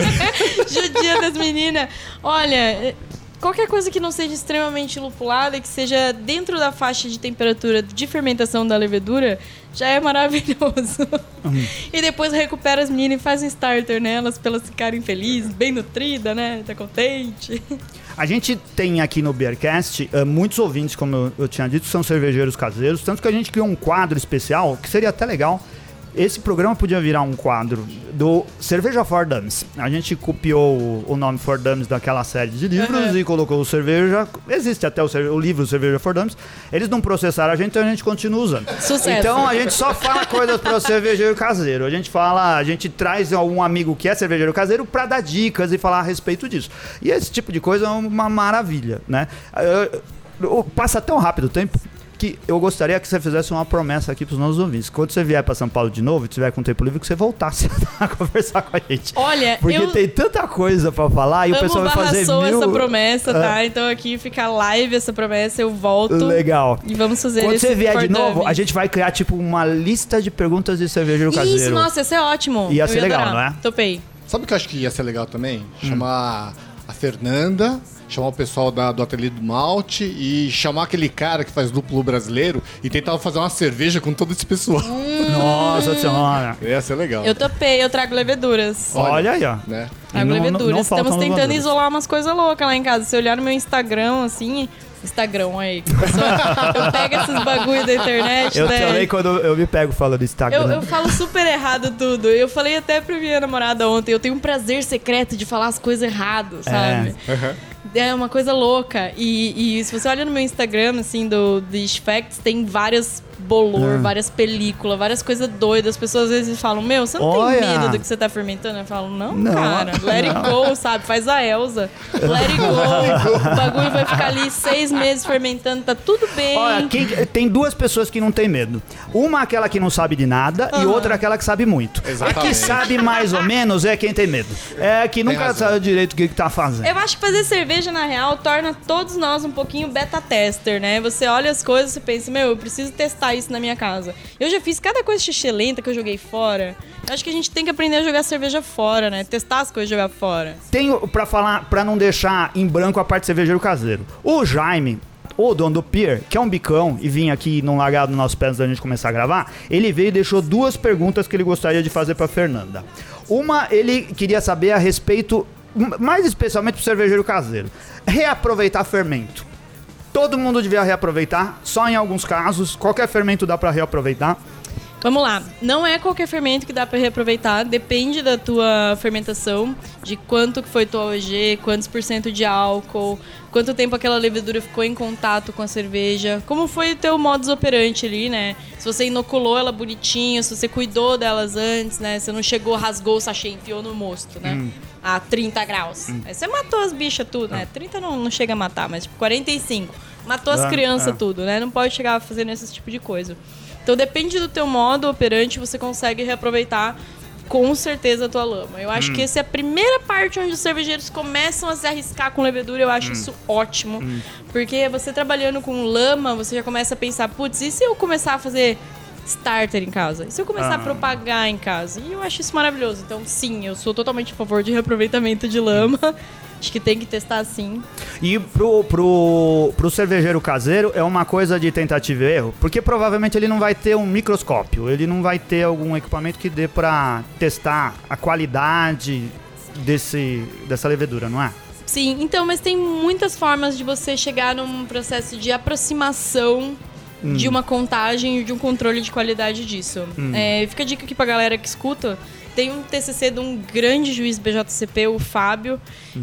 Judia das meninas. Olha, qualquer coisa que não seja extremamente lupulada e que seja dentro da faixa de temperatura de fermentação da levedura, já é maravilhoso. Uhum. E depois recupera as meninas e faz um starter nelas pra elas ficarem felizes, bem nutridas, né? Tá contente. A gente tem aqui no Beercast uh, muitos ouvintes, como eu, eu tinha dito, são cervejeiros caseiros, tanto que a gente criou um quadro especial, que seria até legal. Esse programa podia virar um quadro do Cerveja for Dummies. A gente copiou o, o nome For Dummies daquela série de livros uhum. e colocou o cerveja. Existe até o, o livro Cerveja for Dummies. Eles não processaram a gente, então a gente continua usando. Sucesso. Então a gente só fala coisas para o cervejeiro caseiro. A gente fala, a gente traz algum amigo que é cervejeiro caseiro para dar dicas e falar a respeito disso. E esse tipo de coisa é uma maravilha, né? Eu, eu, passa tão rápido o tempo que eu gostaria que você fizesse uma promessa aqui para os nossos ouvintes. Quando você vier para São Paulo de novo e tiver com tempo livre, que você voltasse a conversar com a gente. Olha, porque eu tem tanta coisa para falar e o pessoal vai fazer mil... essa promessa, tá? Ah. Então aqui fica live essa promessa, eu volto. Legal. E vamos fazer Quando esse você vier de dummies. novo, a gente vai criar tipo uma lista de perguntas de cervejeiro caseiro. Isso, nossa, ia ser ótimo. Ia eu ser ia legal, adorar. não é? Topei. Sabe o que eu acho que ia ser legal também? Chamar a Fernanda, chamar o pessoal da, do Ateliê do Malte e chamar aquele cara que faz lúpulo brasileiro e tentar fazer uma cerveja com todo esse pessoal. Hum. Nossa senhora. Ia ser legal. Eu topei, eu trago leveduras. Olha, Olha aí, ó. Né? Trago Não- leveduras. não- não faltam Estamos tentando leveduras. isolar umas coisas loucas lá em casa. Se olhar no meu Instagram, assim... Instagram aí. que pessoa- eu pego esses bagulho da internet, Eu né? também, quando eu me pego falando Instagram. Eu, eu falo super errado tudo. Eu falei até pra minha namorada ontem, eu tenho um prazer secreto de falar as coisas erradas, sabe? Uhum. É uma coisa louca. E, e se você olha no meu Instagram, assim, do Dish Facts, tem várias bolor, Ah. várias películas, várias coisas doidas. As pessoas às vezes falam, meu, você não Olha. tem medo do que você tá fermentando? Eu falo, não, Não. cara, let it go, sabe? Faz a Elsa. Let it go. O bagulho vai ficar ali seis meses fermentando, tá tudo bem. Olha, quem- tem duas pessoas que não têm medo. Uma aquela que não sabe de nada e Aham. outra aquela que sabe muito. Exatamente. A que sabe mais ou menos é quem tem medo. É a que nunca razão. sabe direito o que, que tá fazendo. Eu acho que fazer cerveja, na real, torna todos nós um pouquinho beta-tester, né? Você olha as coisas e pensa, meu, eu preciso testar isso na minha casa. Eu já fiz cada coisa xixelenta que eu joguei fora. Eu acho que a gente tem que aprender a jogar cerveja fora, né? Testar as coisas e jogar fora. Tenho pra falar, pra não deixar em branco a parte de cervejeiro caseiro. O Jaime, o dono do Pier, que é um bicão e vinha aqui num lagado nos nossos pés antes da gente começar a gravar, ele veio e deixou duas perguntas que ele gostaria de fazer pra Fernanda. Uma, ele queria saber a respeito, mais especialmente pro cervejeiro caseiro, reaproveitar fermento. Todo mundo devia reaproveitar, só em alguns casos, qualquer fermento dá pra reaproveitar. Vamos lá. Não é qualquer fermento que dá pra reaproveitar. Depende da tua fermentação, de quanto que foi tua O E G, quantos por cento de álcool, quanto tempo aquela levedura ficou em contato com a cerveja, como foi o teu modus operandi ali, né? Se você inoculou ela bonitinho, se você cuidou delas antes, né? Você não chegou, rasgou o sachê e enfiou no mosto, né? Hum. A trinta graus. Aí você matou as bichas tudo, né? trinta não, não chega a matar, mas tipo quarenta e cinco. Matou as Ah, crianças ah. tudo, né? Não pode chegar fazendo esse tipo de coisa. Então depende do teu modo operante, você consegue reaproveitar com certeza a tua lama. Eu acho Hum. que essa é a primeira parte onde os cervejeiros começam a se arriscar com levedura. Eu acho isso ótimo. Porque você trabalhando com lama, você já começa a pensar, putz, e se eu começar a fazer starter em casa? E se eu começar Ah. a propagar em casa? E eu acho isso maravilhoso. Então sim, eu sou totalmente a favor de reaproveitamento de lama. Acho que tem que testar sim. E pro, pro, pro cervejeiro caseiro é uma coisa de tentativa e erro, porque provavelmente ele não vai ter um microscópio, ele não vai ter algum equipamento que dê pra testar a qualidade desse, dessa levedura, não é? Sim, então, mas tem muitas formas de você chegar num processo de aproximação de uma contagem e de um controle de qualidade disso. É, fica a dica aqui pra galera que escuta. Tem um T C C de um grande juiz B J C P, o Fábio.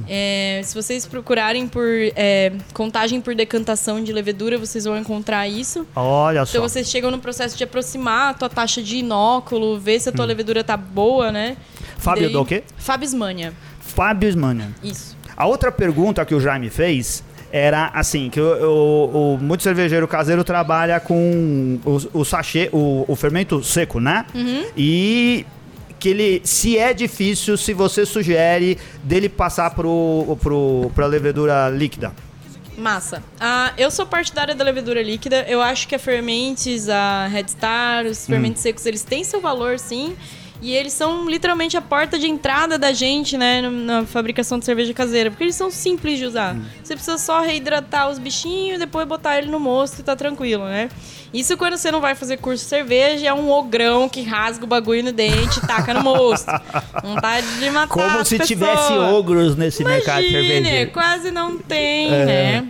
É, se vocês procurarem por é, contagem por decantação de levedura, vocês vão encontrar isso. Olha só. Então vocês chegam no processo de aproximar a tua taxa de inóculo, ver se a tua levedura tá boa, né? Fábio Daí- do quê? Fábio Ismania. Fábio Ismania. Isso. A outra pergunta que o Jaime fez era assim, que o, o, o muito cervejeiro caseiro trabalha com o, o sachê, o, o fermento seco, né? E que ele, se é difícil, se você sugere dele passar pro, pro, pra levedura líquida. Massa. Ah, eu sou partidária da levedura líquida. Eu acho que a Fermentes, a Red Star, os fermentos hum. secos, eles têm seu valor, sim. E eles são literalmente a porta de entrada da gente, né, na fabricação de cerveja caseira. Porque eles são simples de usar. Hum. Você precisa só reidratar os bichinhos, depois botar ele no mosto e tá tranquilo, né? Isso quando você não vai fazer curso de cerveja, é um ogrão que rasga o bagulho no dente e taca no mosto. Vontade de matar Como as se pessoas. tivesse ogros nesse Imagine, mercado de cerveja. Quase não tem, é. né?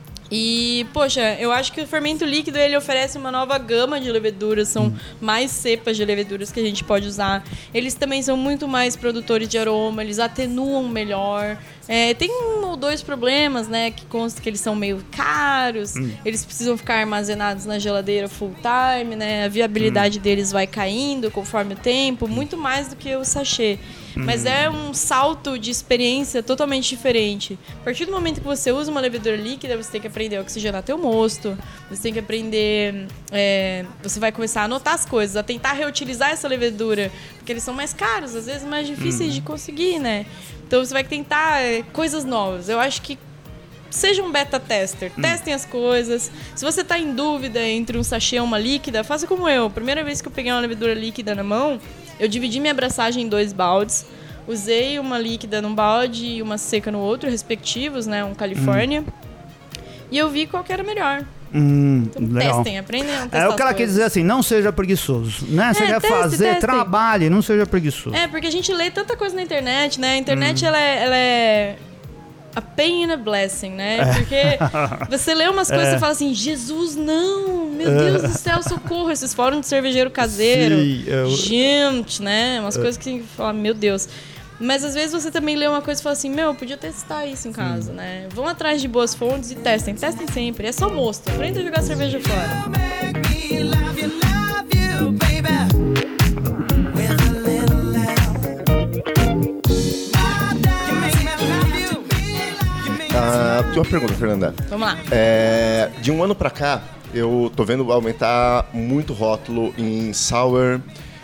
E, poxa, eu acho que o fermento líquido, ele oferece uma nova gama de leveduras. São hum. mais cepas de leveduras que a gente pode usar. Eles também são muito mais produtores de aroma, eles atenuam melhor. É, tem um ou dois problemas, né? Que consta que eles são meio caros. Hum. Eles precisam ficar armazenados na geladeira full time, né? A viabilidade hum. deles vai caindo conforme o tempo. Muito mais do que o sachê. Hum. Mas é um salto de experiência totalmente diferente. A partir do momento que você usa uma levedura líquida, você tem que aprender a oxigenar teu mosto. Você tem que aprender... É, você vai começar a notar as coisas. A tentar reutilizar essa levedura. Porque eles são mais caros. Às vezes mais difíceis hum. de conseguir, né? Então você vai tentar é, coisas novas. Eu acho que seja um beta tester. Hum. Testem as coisas. Se você está em dúvida entre um sachê e uma líquida, faça como eu. Primeira vez que eu peguei uma levedura líquida na mão, eu dividi minha abraçagem em dois baldes. Usei uma líquida num balde e uma seca no outro, respectivos, né? Um Califórnia. Hum. E eu vi qual que era melhor. Hum, então, legal. testem, aprendem a testar. É o que ela quer dizer assim, não seja preguiçoso, né? Você é, quer teste, fazer, teste. trabalhe, não seja preguiçoso. É, porque a gente lê tanta coisa na internet, né? A internet, hum. ela, é, ela é a pain and a blessing, né? É. Porque você lê umas coisas é. e fala assim, Jesus, não! Meu Deus do céu, socorro! Esses fóruns de cervejeiro caseiro. Sim, eu... Gente, né? Umas é. coisas que você fala, meu Deus... Mas às vezes você também lê uma coisa e fala assim, meu, eu podia testar isso em casa, hum. né? Vão atrás de boas fontes e testem. Testem sempre. É só mosto. Aprenda a jogar cerveja fora. Ah, tem uma pergunta, Fernanda. Vamos lá. É, de um ano pra cá, eu tô vendo aumentar muito rótulo em sour...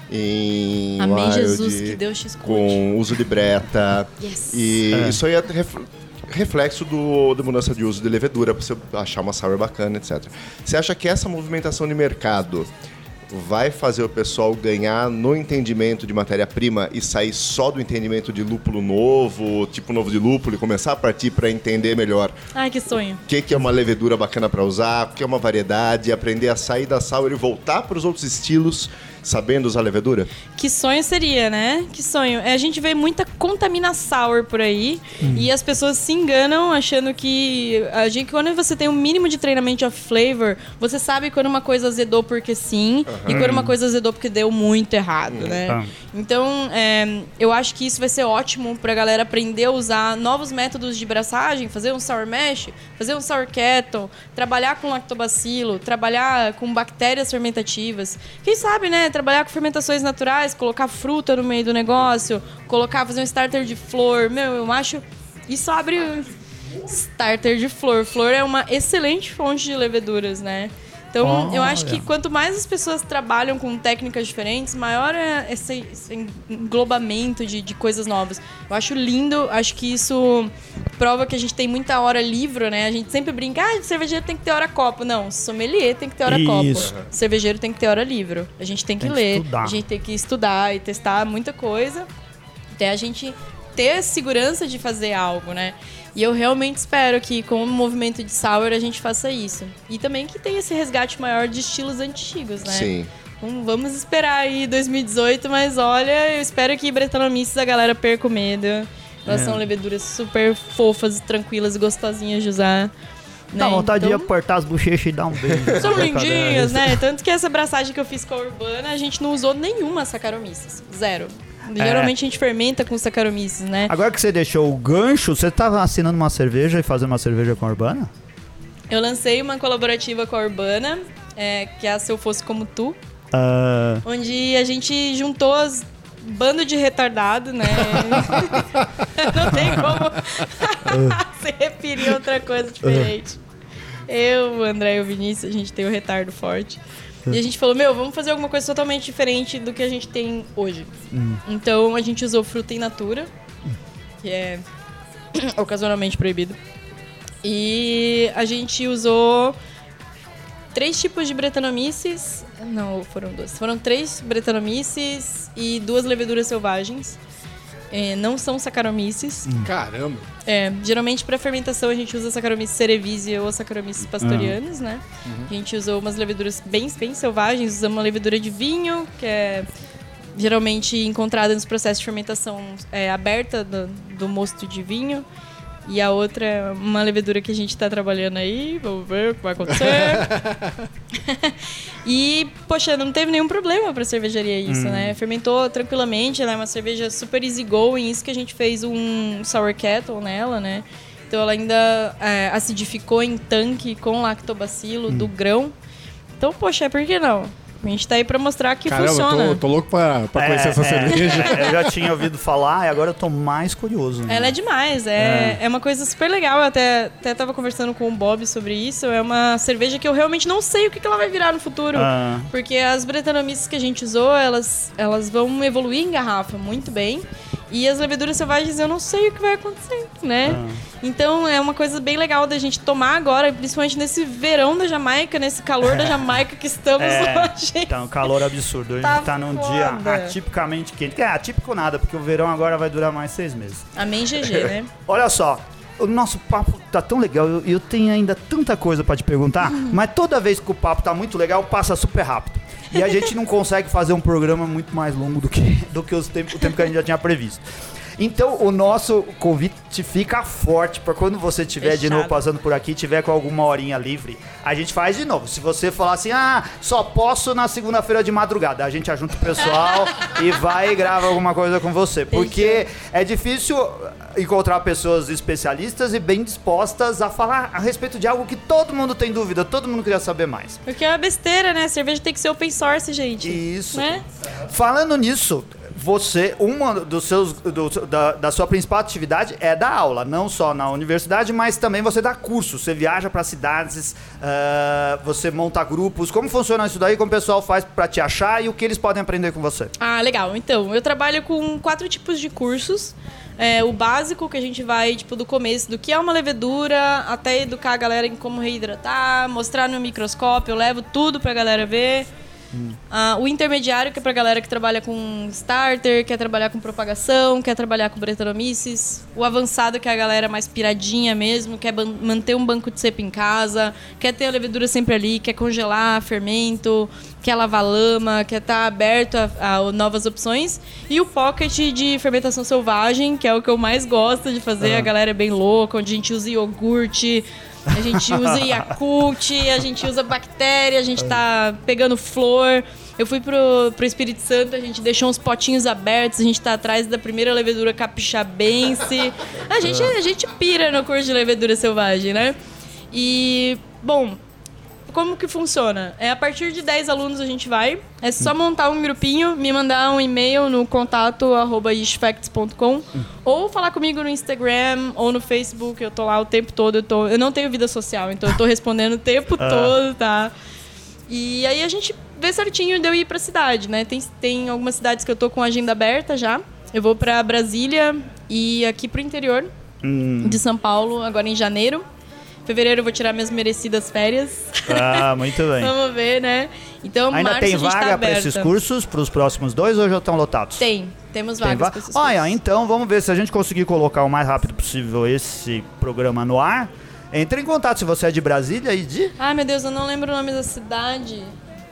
em Amém, wild, Jesus, que Deus te escute. Com uso de breta. Yes. E é. isso aí é reflexo do, da mudança de uso de levedura, para você achar uma sour bacana, etcétera. Você acha que essa movimentação de mercado vai fazer o pessoal ganhar no entendimento de matéria-prima e sair só do entendimento de lúpulo novo, tipo novo de lúpulo, e começar a partir para entender melhor Ai, que sonho. o que, que é uma levedura bacana para usar, o que é uma variedade, aprender a sair da sour e voltar para os outros estilos sabendo usar levedura? Que sonho seria, né? Que sonho. É, a gente vê muita contamina sour por aí hum. e as pessoas se enganam achando que a gente, quando você tem um mínimo de treinamento of flavor, você sabe quando uma coisa azedou porque sim uhum. e quando uma coisa azedou porque deu muito errado, uhum. né? Uhum. Então, é, eu acho que isso vai ser ótimo pra galera aprender a usar novos métodos de braçagem, fazer um sour mash, fazer um sour kettle, trabalhar com lactobacilo, trabalhar com bactérias fermentativas. Quem sabe, né? Trabalhar com fermentações naturais, colocar fruta no meio do negócio, colocar, fazer um starter de flor. Meu, eu acho... Isso abre... Starter de flor. Flor é uma excelente fonte de leveduras, né? Então, oh, eu acho que quanto mais as pessoas trabalham com técnicas diferentes, maior é esse, esse englobamento de, de coisas novas. Eu acho lindo, acho que isso prova que a gente tem muita hora livre, né? A gente sempre brinca, ah, cervejeiro tem que ter hora copo. Não, sommelier tem que ter hora isso. copo. Cervejeiro tem que ter hora livre. A gente tem que tem ler, que a gente tem que estudar e testar muita coisa até a gente ter segurança de fazer algo, né? E eu realmente espero que com o movimento de sour a gente faça isso. E também que tenha esse resgate maior de estilos antigos, né? Sim. Então, vamos esperar aí dois mil e dezoito, mas olha, eu espero que Bretanomices a galera perca o medo. Elas é. são leveduras super fofas, tranquilas e gostosinhas de usar. Dá né? vontade então, de apertar as bochechas e dar um beijo. São lindinhas, né? Tanto que essa abraçagem que eu fiz com a Urbana, a gente não usou nenhuma Saccharomyces. Zero. Geralmente é. a gente fermenta com Saccharomyces, né? Agora que você deixou o gancho, você estava assinando uma cerveja e fazendo uma cerveja com a Urbana? Eu lancei uma colaborativa com a Urbana, é, que é a Se Eu Fosse Como Tu, uh... onde a gente juntou as bando de retardado, né? Não tem como se referir a outra coisa diferente. Eu, o André e o Vinícius, a gente tem um retardo forte. E a gente falou, meu, vamos fazer alguma coisa totalmente diferente do que a gente tem hoje. Hum. Então a gente usou fruta in natura, que é ocasionalmente proibido. E a gente usou três tipos de Brettanomyces. Não, foram duas. Foram três Brettanomyces e duas leveduras selvagens. É, não são Saccharomyces. Hum. Caramba! É, geralmente para fermentação a gente usa Saccharomyces cerevisiae ou Saccharomyces pastorianus, uhum. né? Uhum. A gente usou umas leveduras bem, bem selvagens. Usamos uma levedura de vinho, que é geralmente encontrada nos processos de fermentação é, aberta do, do mosto de vinho. E a outra é uma levedura que a gente está trabalhando aí. Vamos ver o que vai acontecer. E, poxa, não teve nenhum problema para cervejaria isso, hum. né? Fermentou tranquilamente. Ela é uma cerveja super easygoing. Isso que a gente fez um sour kettle nela, né? Então ela ainda é, acidificou em tanque com lactobacilo hum. do grão. Então, poxa, por que não? A gente tá aí pra mostrar que Caramba, funciona. Caramba, eu tô, tô louco pra, pra é, conhecer essa é, cerveja. É, eu já tinha ouvido falar e agora eu tô mais curioso. Né? Ela é demais, é, é. é uma coisa super legal. Eu até, até tava conversando com o Bob sobre isso. É uma cerveja que eu realmente não sei o que, que ela vai virar no futuro. Ah. Porque as Brettanomyces que a gente usou, elas, elas vão evoluir em garrafa muito bem. E as leveduras selvagens eu não sei o que vai acontecer, né? Ah. Então é uma coisa bem legal da gente tomar agora, principalmente nesse verão da Jamaica, nesse calor é. da Jamaica que estamos é. hoje. Tá um calor absurdo. A gente tá, tá num foda. dia atipicamente quente. É, atípico nada, porque o verão agora vai durar mais seis meses. Amém, G G, né? Olha só. O nosso papo tá tão legal, eu, eu tenho ainda tanta coisa pra te perguntar, uhum. mas toda vez que o papo tá muito legal, passa super rápido. E a gente não consegue fazer um programa muito mais longo do que, do que os tempo, o tempo que a gente já tinha previsto. Então, o nosso convite fica forte para quando você estiver de novo passando por aqui, tiver com alguma horinha livre, a gente faz de novo. Se você falar assim, ah, só posso na segunda-feira de madrugada, a gente ajunta o pessoal e vai e grava alguma coisa com você. Porque é difícil encontrar pessoas especialistas e bem dispostas a falar a respeito de algo que todo mundo tem dúvida, todo mundo queria saber mais. Porque é uma besteira, né? A cerveja tem que ser open source, gente. Isso. Né? Falando nisso, você, uma dos seus, do, da, da sua principal atividade é dar aula, não só na universidade, mas também você dá cursos, você viaja para cidades, uh, você monta grupos. Como funciona isso daí? Como o pessoal faz para te achar e o que eles podem aprender com você? Ah, legal. Então, eu trabalho com quatro tipos de cursos. É, o básico, que a gente vai tipo, do começo, do que é uma levedura, até educar a galera em como reidratar, mostrar no microscópio, eu levo tudo pra galera ver. Hum. Uh, o intermediário, que é pra galera que trabalha com starter, quer trabalhar com propagação, quer trabalhar com Brettanomyces. O avançado, que é a galera mais piradinha mesmo, quer ban- manter um banco de cepa em casa, quer ter a levedura sempre ali, quer congelar fermento, quer lavar lama, quer estar aberto a, a novas opções. E o pocket de fermentação selvagem, que é o que eu mais gosto de fazer. Uhum. A galera é bem louca, onde a gente usa iogurte, a gente usa Yakult, a gente usa bactéria, a gente tá pegando flor. Eu fui pro, pro Espírito Santo, a gente deixou uns potinhos abertos, a gente tá atrás da primeira levedura capixabense. A gente, a gente pira no curso de levedura selvagem, né? E, bom, como que funciona? É a partir de dez alunos a gente vai. É só montar um grupinho, me mandar um e-mail no contato arroba yeastfacts ponto com ou falar comigo no Instagram ou no Facebook. Eu tô lá o tempo todo. Eu, tô, eu não tenho vida social, então eu tô respondendo o tempo ah. todo, tá? E aí a gente vê certinho de eu ir pra cidade, né? Tem, tem algumas cidades que eu tô com a agenda aberta já. Eu vou pra Brasília e aqui pro interior hum. de São Paulo, agora em janeiro. Fevereiro eu vou tirar minhas merecidas férias. Ah, muito bem. Vamos ver, né? Então, ainda março, tem a gente vaga tá para esses cursos para os próximos dois ou já estão lotados? Tem, temos vagas va- para esses Olha, cursos. então vamos ver se a gente conseguir colocar o mais rápido possível esse programa no ar. Entre em contato se você é de Brasília e de... Ai, meu Deus, eu não lembro o nome da cidade.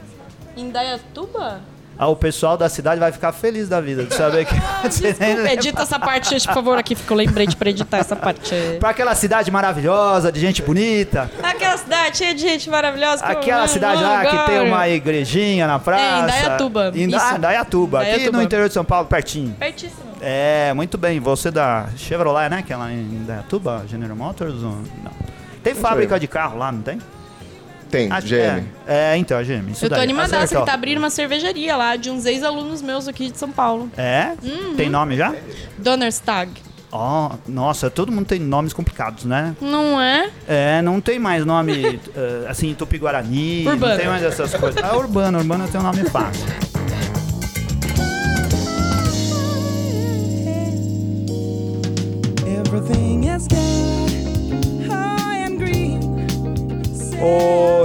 Indaiatuba? Ah, o pessoal da cidade vai ficar feliz da vida de saber que... Ah, desculpa, edita essa parte, gente, por favor, aqui fica o lembrete pra editar essa parte. Pra aquela cidade maravilhosa, de gente bonita. Aquela cidade cheia de gente maravilhosa. Aquela cidade lá que tem uma igrejinha na praça. É, Indaiatuba. Inda- Isso. Indaiatuba, aqui Indaiatuba. no interior de São Paulo, pertinho. Pertíssimo. É, muito bem. Você da Chevrolet, né? Que é lá em Indaiatuba, General Motors? Ou... Não. Tem Não fábrica sei. de carro lá, não tem? Tem, Acho G M. que É. é, então, a G M. Isso Eu tô daí. animadaça Acertou. que tá abrindo uma cervejaria lá de uns ex-alunos meus aqui de São Paulo. É? Uhum. Tem nome já? Donnerstag. Ó, nossa, todo mundo tem nomes complicados, né? Não é? É, não tem mais nome, uh, assim, Tupi-Guarani. Urbano. Não tem mais essas coisas. Ah, Urbano. Urbano tem um nome fácil. Everything is good. I am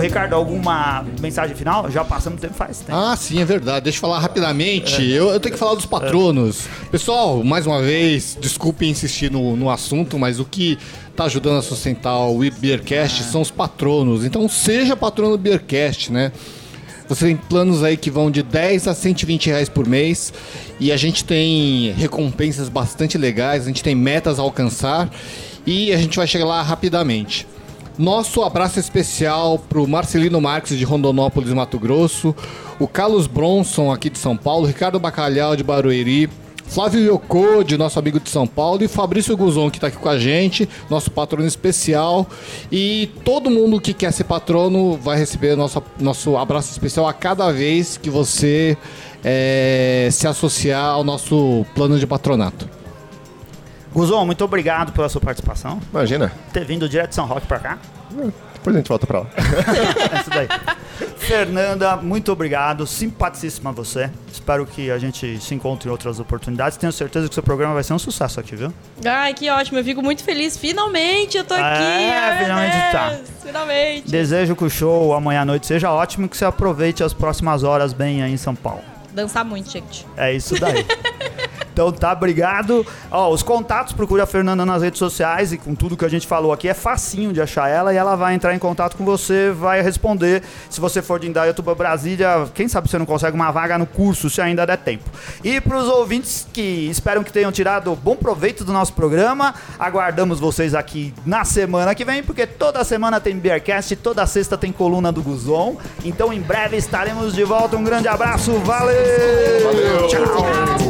Ricardo, alguma mensagem final? Já passamos o tempo faz tempo. Ah, sim, é verdade. Deixa eu falar rapidamente. Eu, eu tenho que falar dos patronos. Pessoal, mais uma vez, desculpe insistir no, no assunto, mas o que tá ajudando a sustentar o Beercast são os patronos. Então seja patrono do Beercast, né? Você tem planos aí que vão de dez a cento e vinte reais por mês. E a gente tem recompensas bastante legais, a gente tem metas a alcançar. E a gente vai chegar lá rapidamente. Nosso abraço especial pro Marcelino Marques de Rondonópolis, Mato Grosso, o Carlos Bronson aqui de São Paulo, Ricardo Bacalhau de Barueri, Flávio Yoko, de nosso amigo de São Paulo, e Fabrício Guzon, que está aqui com a gente, nosso patrono especial. E todo mundo que quer ser patrono vai receber nosso, nosso abraço especial a cada vez que você é, se associar ao nosso plano de patronato. Guzon, muito obrigado pela sua participação. Imagina. Ter vindo direto de São Roque pra cá. Depois a gente volta pra lá. É isso daí. Fernanda, muito obrigado. Simpaticíssima você. Espero que a gente se encontre em outras oportunidades. Tenho certeza que o seu programa vai ser um sucesso aqui, viu? Ai, que ótimo. Eu fico muito feliz. Finalmente eu tô aqui. É, Ai, finalmente Deus, tá. Finalmente. Desejo que o show amanhã à noite seja ótimo e que você aproveite as próximas horas bem aí em São Paulo. Dançar muito, gente. É isso daí. Então tá, obrigado. Ó, os contatos, procure a Fernanda nas redes sociais e com tudo que a gente falou aqui, é facinho de achar ela e ela vai entrar em contato com você, vai responder. Se você for de Indaiatuba, Brasília, quem sabe você não consegue uma vaga no curso, se ainda der tempo. E pros ouvintes que esperam que tenham tirado bom proveito do nosso programa, aguardamos vocês aqui na semana que vem, porque toda semana tem Beercast, toda sexta tem coluna do Guzon. Então em breve estaremos de volta. Um grande abraço, valeu! Valeu! Tchau!